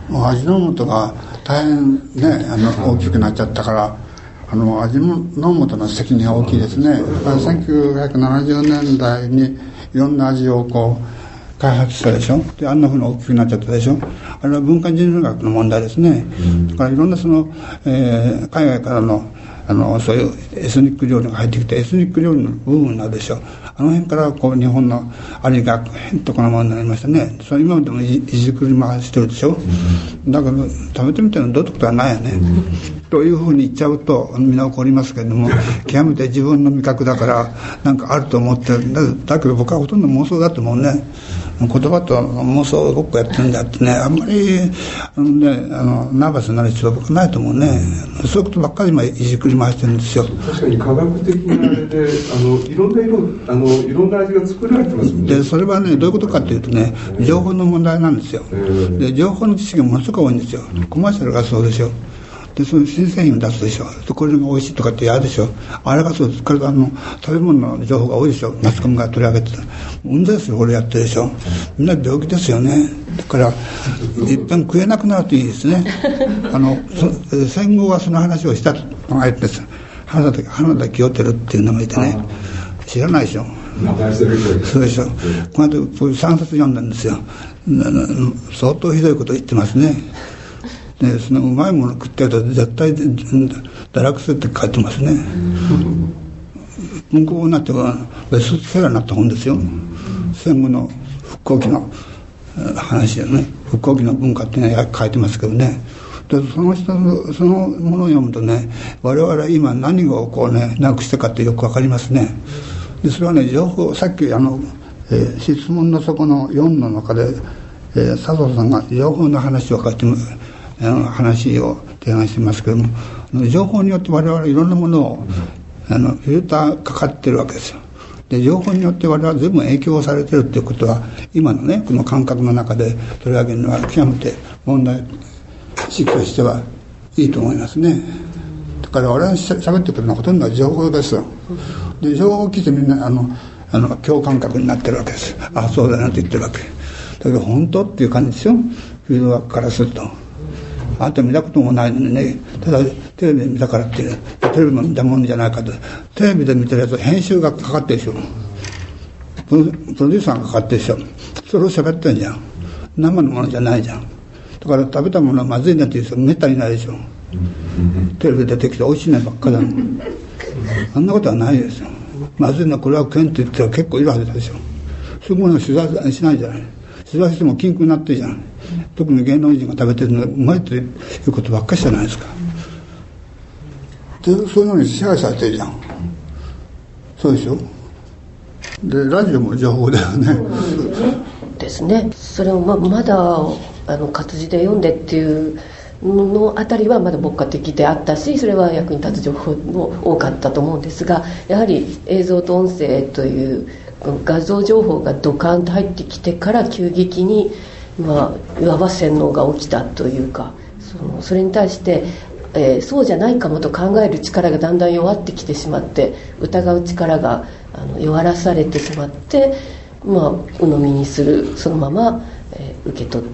もう味の素が大変ね大きくなっちゃったから、味の素の責任は大きいですね。1970年代にいろんな味を開発したでしょ。であんなふうに大きくなっちゃったでしょ。あれは文化人類学の問題ですね。だからいろんな海外からのそういうエスニック料理が入ってきて、エスニック料理の部分なんでしょう。あの辺から日本の味が変とこなものになりましたね。それ今までもいじくり回してるでしょ。だから食べてみたらどうってことはないよね。というふうに言っちゃうと皆怒りますけれども、極めて自分の味覚だからなんかあると思ってる。だけど僕はほとんど妄想だと思うね。言葉と妄想ごっこやってるんだってね、あんまりナーバスになる必要は僕ないと思うね。そういうことばっかり今いじくり回してるんですよ。 確かに科学的なあれでいろんな味が作られてますもんね。 でそれはねどういうことかというとね、情報の問題なんですよ。で情報の知識がものすごく多いんですよ。コマーシャルがそうでしょ。でその新製品を出すでしょ。これが美味しいとかって嫌でしょ。あれがそうです。これが食べ物の情報が多いでしょ。マスコミが取り上げてたうんざりするほどやってるでしょ。みんな病気ですよね。だからいっぺん食えなくなるといいですね。戦後はその話をしたと考えてです。花田清照っていうのがいてね、知らないでしょ。そうでしょ。この後3冊読んだんですよ。相当ひどいこと言ってますね。でそのうまいもの食ってると絶対堕落するって書いてますね。文庫になってはベストセラーになった本ですよ。戦後の復興期の話でね、復興期の文化っていうのは書いてますけどね。でそのものを読むとね、我々は今何をなくしたかってよくわかりますね。でそれはね、情報、さっき質問の底の4の中で、佐藤さんが情報の話を書いて話を提案してますけども、情報によって我々いろんなものをフィルターかかってるわけですよ。で情報によって我々は全部影響されてるっていうことは、今のねこの感覚の中で取り上げるのは極めて問題意識としてはいいと思いますね。だから我々喋ってくるのはほとんどは情報ですよ。で情報を聞いてみんな共感覚になってるわけです。ああそうだなって言ってるわけだけど、本当っていう感じですよ、フィードバックからすると。あんた見たこともないのにね、ただテレビで見たからっていう、テレビも見たもんじゃないかと。テレビで見てるやつは編集がかかってるでしょ。プロデューサーがかかってるでしょ。それを喋ってるじゃん。生のものじゃないじゃん。だから食べたものはまずいなっていう人めったにないでしょ。テレビで出てきて美味しいねばっかだの。あんなことはないですよ。まずいのはこれは食えんって言ったら結構いるはずでしょ。そういうものを取材しないじゃない。取材しても禁句になってるじゃん。特に芸能人が食べてるのがうまいということばっかりじゃないですか。でそういうのに支配されてるじゃん。そうでしょ。でラジオも情報だよね。 ですね。それをまだ活字で読んでっていうのあたりはまだ牧歌的であったし、それは役に立つ情報も多かったと思うんですが、やはり映像と音声という画像情報がドカンと入ってきてから急激にいわば洗脳が起きたというか、それに対して、そうじゃないかもと考える力がだんだん弱ってきてしまって、疑う力が弱らされてしまって、鵜呑みにする、そのまま、受け取って、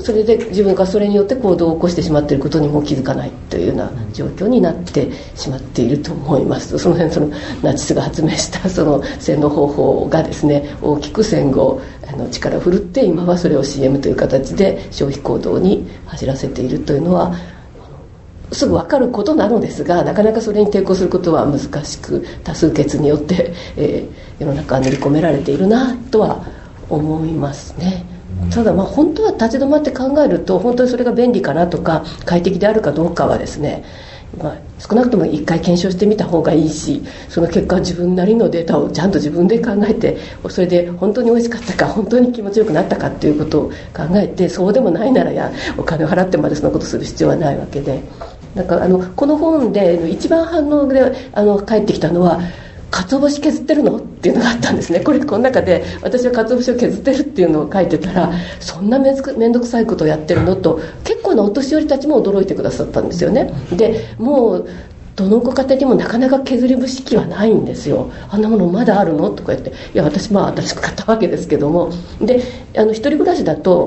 それで自分がそれによって行動を起こしてしまっていることにも気づかないというような状況になってしまっていると思います。その辺ナチスが発明したその洗脳方法がですね、大きく戦後力を振るって、今はそれを CM という形で消費行動に走らせているというのはすぐ分かることなのですが、なかなかそれに抵抗することは難しく、多数決によって、世の中に練り込められているなとは思いますね。ただ本当は立ち止まって考えると、本当にそれが便利かなとか快適であるかどうかはですね、少なくとも一回検証してみた方がいいし、その結果自分なりのデータをちゃんと自分で考えて、それで本当に美味しかったか、本当に気持ちよくなったかっていうことを考えて、そうでもないならお金を払ってまでそのことする必要はないわけで、だからこの本で一番反応で返ってきたのは、鰹節削ってるのっていうのがあったんですね。この中で私は鰹節を削ってるっていうのを書いてたら、そんなめんどくさいことをやってるのと結構なお年寄りたちも驚いてくださったんですよね。でもうどのご家庭にもなかなか削り節機はないんですよ。あんなものまだあるのとか言って、いや私新しく買ったわけですけども、で一人暮らしだと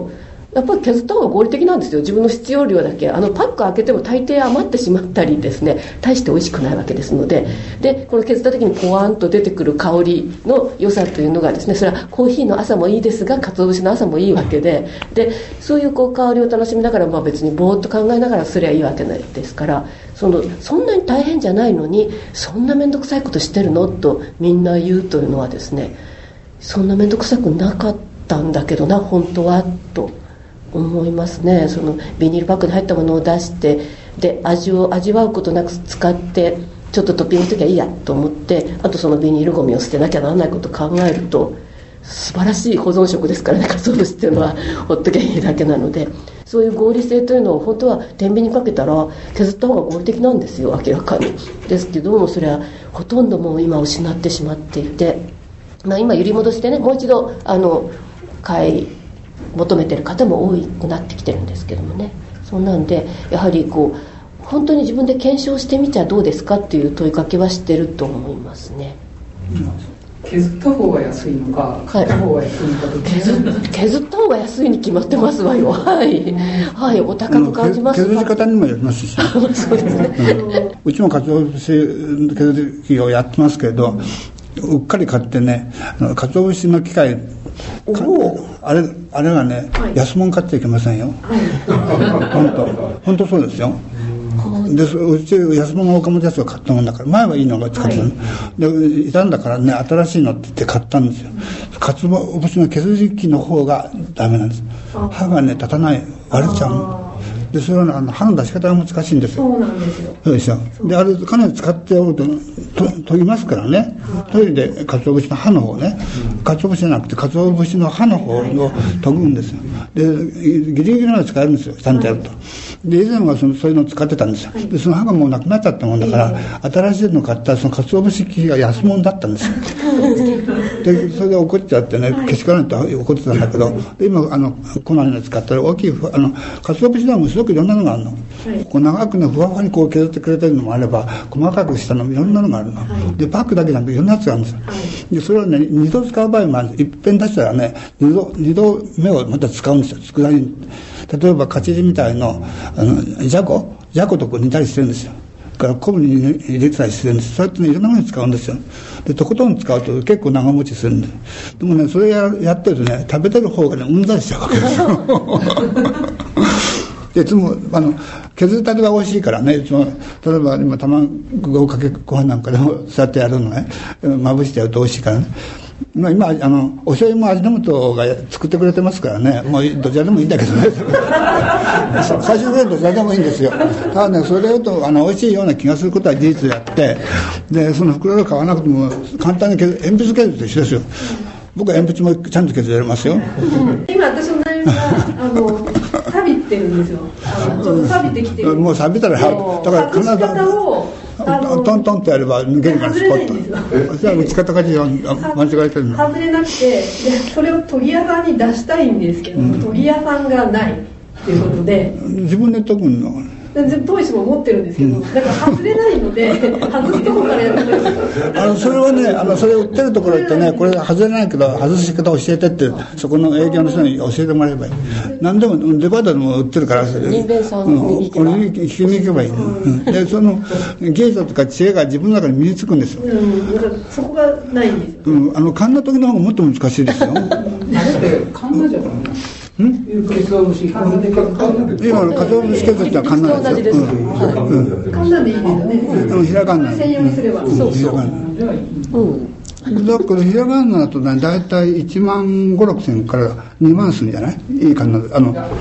やっぱり削った方が合理的なんですよ。自分の必要量だけパック開けても大抵余ってしまったりですね、大して美味しくないわけですので、でこの削った時にポワンと出てくる香りの良さというのがですね、それはコーヒーの朝もいいですが鰹節の朝もいいわけで、そういう香りを楽しみながら、別にぼーっと考えながらすりゃいいわけですから、そんなに大変じゃないのにそんな面倒くさいことしてるのとみんな言うというのはですね、そんな面倒くさくなかったんだけどな本当はと思いますね。そのビニールパックに入ったものを出して、で味を味わうことなく使ってちょっとトッピングしときゃいいやと思って、あとそのビニールゴミを捨てなきゃならないことを考えると、素晴らしい保存食ですからね、鰹節っていうのはほっときゃいいだけなので、そういう合理性というのを本当は天秤にかけたら削った方が合理的なんですよ、明らかに。ですけども、それはほとんどもう今失ってしまっていて、今揺り戻してね、もう一度買い求めてる方も多くなってきてるんですけどもね。そんなんでやはり本当に自分で検証してみちゃどうですかっていう問いかけはしてると思いますね。 削った方が安いのか買った方が安いのかと、 削った方が安いに決まってますわよ。はい、はい、お高く感じますが、 削り方にもよりますしそうですね、 うちも鰹節削りをやってますけれど、うっかり買ってね、鰹節の機械あれがね、安物買っちゃいけませんよ。本当そうですよ。でうち安物岡本やつが買ったもんだから、前はいいのが使ってたの、で傷んだからね、新しいのって言って買ったんですよ。鰹節の削り器の方がダメなんです。刃がね立たない、割れちゃうので、それは刃の出し方が難しいんですよ。 そうなんですよ。 そうでしょ。であれかなり使っておると研ぎますからね。研いで鰹節の刃の方ね、鰹節じゃなくて鰹節の刃の方を研ぐんですよ。でギリギリまで使えるんですよ、ちゃんとやると。で以前はそういうのを使ってたんですよ。でその刃がもうなくなっちゃったもんだから、新しいのを買ったその鰹節機が安物だったんですよ。でそれで怒っちゃってね、けしからんと怒ってたんだけど、で今粉に使ったら大きい鰹節でもすごくいろんなのがあるの。長くねふわふわに削ってくれてるのもあれば、細かくしたのもいろんなのがあるの。でパックだけじゃなくていろんなやつがあるんですよ。でそれをね2度使う場合もあるんです。いっぺん出したらね2度目をまた使うんですよ。佃煮、例えばカチリみたいのじゃこと煮たりしてるんですよ。から昆布に入れたりしてるんです。そうやってねいろんなものに使うんですよ。でとことん使うと結構長持ちするんで、でもねそれやってるとね、食べてる方がねうんざりしちゃうわけですよ。いつも削りたてが美味しいからね、いつも例えば今卵かけご飯なんかでもそうやってやるのね、まぶしてやると美味しいからね。今お醤油も味の素が作ってくれてますからね、もうどちらでもいいんだけどね。最終的にどちらでもいいんですよ。ただねそれをと美味しいような気がすることは事実であって、でその袋を買わなくても簡単に鉛筆削りと一緒ですよ。僕は鉛筆もちゃんと削れますよ。 今私の悩みが錆びてるんですよ。ちょっと錆びてきてる。 もう錆びたらだから必ずトントンってやれば抜けるからスポッと。じゃあ打ち方が間違えてるの。 外れなくて、でそれを研ぎ屋さんに出したいんですけど、研ぎ屋さんがないっていうことで。 自分で研ぐの。 当石も持ってるんですけど、だから外れないので外すとこからやってください。 それはねそれ売ってるところ行ってね、これ外れないけど外し方教えてってそこの営業の人に教えてもらえばいい。何でもデパートでも売ってるから、 人弁さんにこれに聞きに行けばいいの。でその技術とか知恵が自分の中に身につくんですよ。 だからそこがないんですよ。 カンナ研ぎの方がもっと難しいですよ。 あれってカンナじゃないの？今鰹節削ってってのはカンナですよ。 カンナでいいですよね。 ひらがな専用にすれば。 そうそう。 だからひらがなだとね、だいたい1万5、6千から2万するんじゃない？いいかな、だ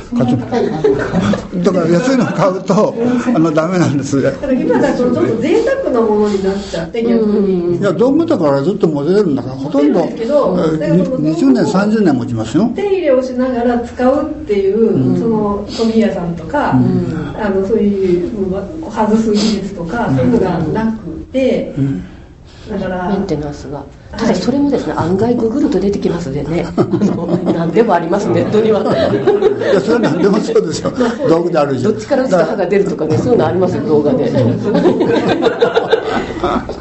から安いの買うとダメなんですよ。 だから今だとちょっと贅沢なものになっちゃって逆に。 いや道具だからずっと持てるんだから、ほとんど20年30年持ちますよ。 手入れをしながら使うっていう、その研ぎ屋さんとか、そういう外す技術とか、そういうのがなくて。だからメンテナンスが、ただそれもですね、案外ググると出てきますでね、何でもあります、ネットには。 いやそれは何でもそうですよ。道具であるし、 どっちから打つと歯が出るとかね、そういうのありますよ、動画で。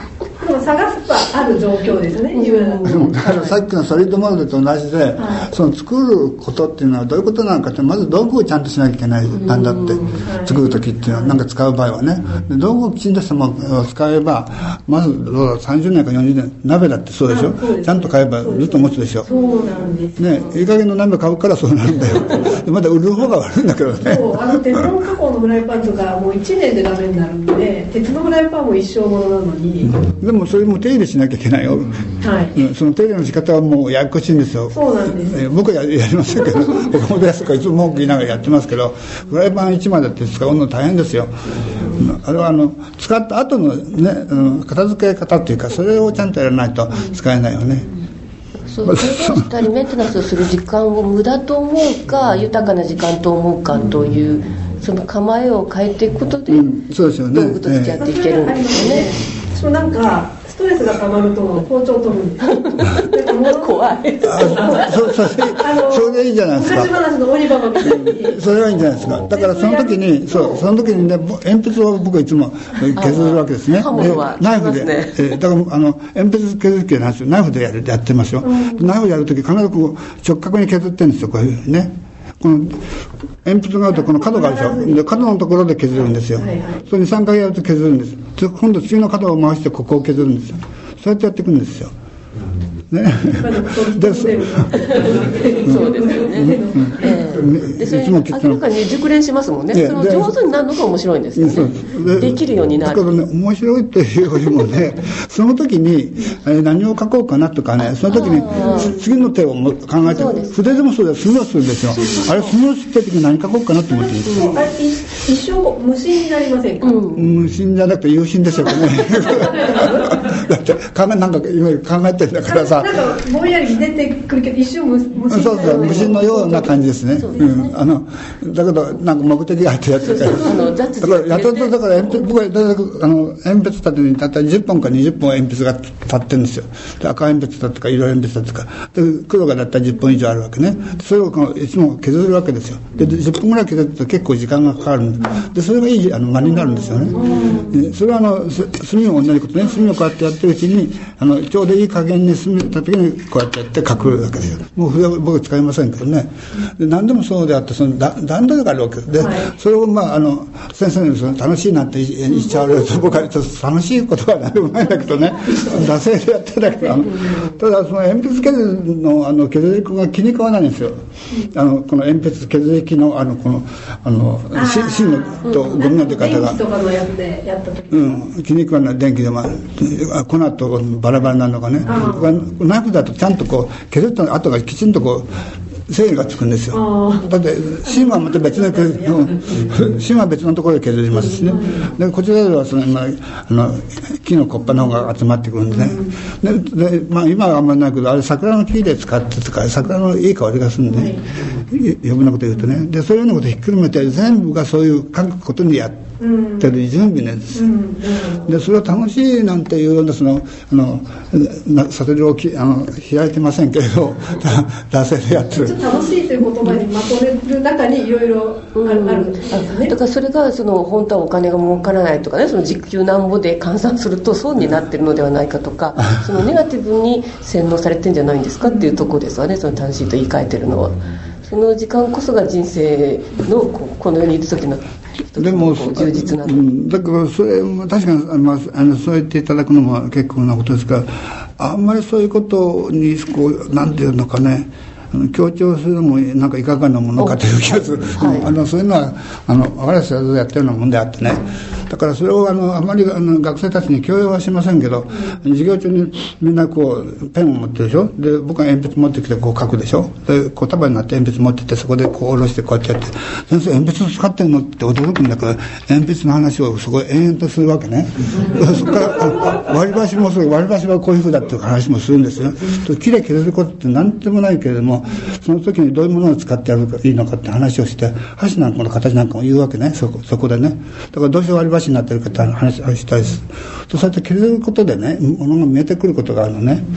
その探すとある状況ですね、今だからさっきのソリッドモデルと同じで、その作ることっていうのはどういうことなのかって、まず道具をちゃんとしなきゃいけない、なんだって作る時っていうのは、なんか使う場合はね、で道具をきちんとしたものを使えば、まず30年か40年、鍋だってそうでしょ、ちゃんと買えばずっと持つでしょ。 そうなんですね。 いい加減の鍋買うからそうなるんだよ。まだ売る方が悪いんだけどね。 そう、鉄の加工のフライパンとかもう1年でダメになるんで、鉄のフライパンも一生ものなのに、 でもそれも手入れしなきゃいけないよ、その手入れの仕方はもうややこしいんですよ。 そうなんです、 僕はやりませんけど、岡本康とかいつも文句言いながらやってますけど、フライパン1枚だって使うの大変ですよ。あれは使った後のね、片付け方っていうか、それをちゃんとやらないと使えないよね。 そうしたりメンテナンスをする時間を無駄と思うか豊かな時間と思うかというその構えを変えていくことで、 そうですよね、 道具と付き合っていけるんですよね。 そう、なんかストレスがたまると包丁取るんです怖い。 それいいじゃないですか。 昔話のオリババみたいにそれはいいんじゃないですか。だからその時にね、鉛筆を僕はいつも削るわけですね。ナイフで、だから鉛筆削る気はないですよ。ナイフでやってますよ。ナイフでやる時必ずこう直角に削ってるんですよ、こういうふうにね。この鉛筆があるとこの角があるでしょ。で角のところで削るんですよ。それに3回やると削るんです。今度次の角を回してここを削るんですよ。そうやってやっていくんですよ。ね、 そうですよね。でそれ明らかに熟練しますもんね。その上手になるのが面白いんですよね。できるようになる。 だからね、面白いっていうよりもね、その時に何を書こうかなとかね、その時に次の手を考えて、筆でもそうです、墨をするんですよ。あれ墨をすって時に何書こうかなと思ってるんですよ。 あれ一生無心になりませんか？ 無心じゃなくて有心でしょうかね。だってなんか今考えてるんだからさ。 なんかぼんやり出てくるけど一瞬無心。 そうそう、無心のような感じですね。だけどなんか目的があってやってるから。だからやっとだから僕は鉛筆立てにたった10本か20本鉛筆が立ってるんですよ。で赤鉛筆だとか色鉛筆だとかで黒がだったら10本以上あるわけね。それをいつも削るわけですよ。で10本ぐらい削ると結構時間がかかるんで、それがいい間になるんですよね。でそれは墨も同じことね。墨をこうやってやってるうちにちょうどいい加減に墨をた時にこうやってやって書くわけですよ。もう筆は僕使いませんけどね。で何でもそうであって段取りがあるわけで、それを先生に楽しいなって言っちゃわれると僕はちょっと楽しいことは何でもないんだけどね、惰性でやってるだけどただその鉛筆削りの削り器が気に食わないんですよ。この鉛筆削り器のこの芯のとゴミの出方が電気とかのやつでやった時気に食わない。電気で粉とバラバラになるのがね、ナイフだとちゃんとこう削った後がきちんとこう整理がつくんですよ。だって芯はまた別の芯は別のところで削りますしね。でこちらでは木のコッパの方が集まってくるんでね。で今はあんまりないけど、あれ桜の木で使ってとか桜のいい香りがするんで、余分なこと言うとね。でそういうようなことをひっくるめて全部がそういう書くことにやってる準備なんですよ。でそれを楽しいなんていうようなサトルを開いてませんけれど惰性でやってる。 楽しいという言葉にまとめる中にいろいろあるんですね。 だからそれが本当はお金が儲からないとかね、時給なんぼで換算すると損になってるのではないかとか、ネガティブに洗脳されてるんじゃないんですかっていうところですわね。楽しいと言い換えてるのはその時間こそが人生のこの世にいる時のでも充実なの。 だからそれ確かにそう言っていただくのも結構なことですが、あんまりそういうことになんていうのかね、強調するのもなんかいかがなものかという気がする。そういうのは分かりやすいやってるようなもんであってね。だからそれをあまり学生たちに強要はしませんけど、授業中にみんなこうペンを持ってるでしょ。で僕は鉛筆持ってきてこう書くでしょ。でこう束になって鉛筆持ってってそこでこう下ろしてこうやってやって、先生鉛筆使ってんのって驚くんだから、鉛筆の話をそこで延々とするわけね。そこから割り箸もする、割り箸はこういう風だっていう話もするんですよ。きれい削ることって何でもないけれども、その時にどういうものを使ってやるかいいのかって話をして、箸なんかの形なんかも言うわけね。そこでね。だからどうして割り箸になってるかって話をしたいです。そうやって削ることでね、ものが見えてくることがあるのね。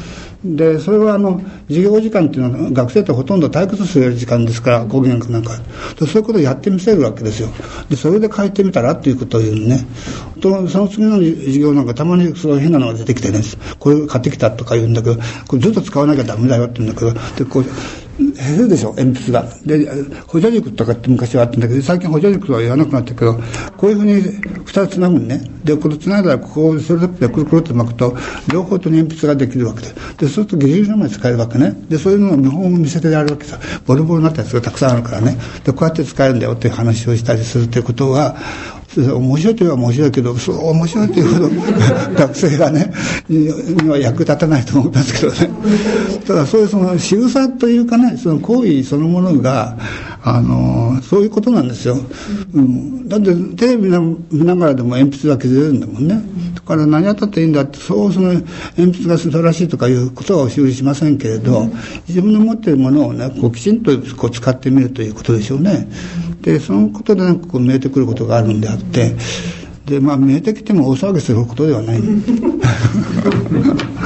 でそれは授業時間っていうのは学生ってほとんど退屈する時間ですから、講義なんかでそういうことをやってみせるわけですよ。でそれで書いてみたらっていうことを言うね。その次の授業なんかたまにそういう変なのが出てきてね、これ買ってきたとか言うんだけど、これずっと使わなきゃダメだよって言うんだけど、でこう減るでしょ、鉛筆が。で補助軸とかって昔はあったんだけど、最近補助軸とは言わなくなったけど、こういうふうに2つつなぐんね。でこれつないだらここをセロテープでくるくるって巻くと両方と鉛筆ができるわけで、そうするとギリギリのまで使えるわけね。でそういうのを見本を見せてやるわけさ。ボロボロになったやつがたくさんあるからね。でこうやって使えるんだよっていう話をしたりするっていうことは、面白いといえば面白いけど、そう面白いというほど学生がねには役立たないと思いますけどね。ただそういうその仕草というかね、その行為そのものがそういうことなんですよ。だってテレビ見ながらでも鉛筆は削れるんだもんね。だから何やったっていいんだって、その鉛筆が素晴らしいとかいうことはお知りしませんけれど、自分の持っているものをねこうきちんとこう使ってみるということでしょうね。でそのことでなんかこう見えてくることがあるんであって、で見えてきても大騒ぎすることではない